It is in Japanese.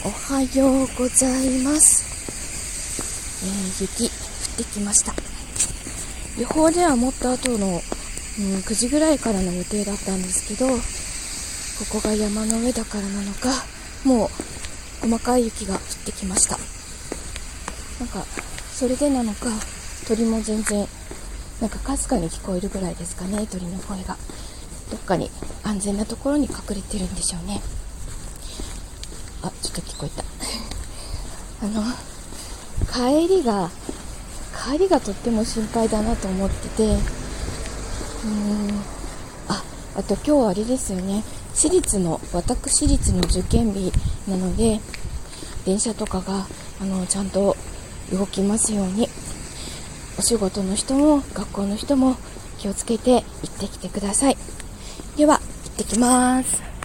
おはようございます。雪降ってきました。予報ではもっと後の、9時ぐらいからの予定だったんですけど、ここが山の上だからなのか、もう細かい雪が降ってきました。なんかそれでなのか、鳥も全然なんかかすかに聞こえるぐらいですかね。鳥の声がどっかに安全なところに隠れてるんでしょうね。あ、ちょっと聞こえた帰りがとっても心配だなと思ってて、あと今日はあれですよね、私立の受験日なので、電車とかがちゃんと動きますように、お仕事の人も学校の人も気をつけて行ってきてください。では行ってきます。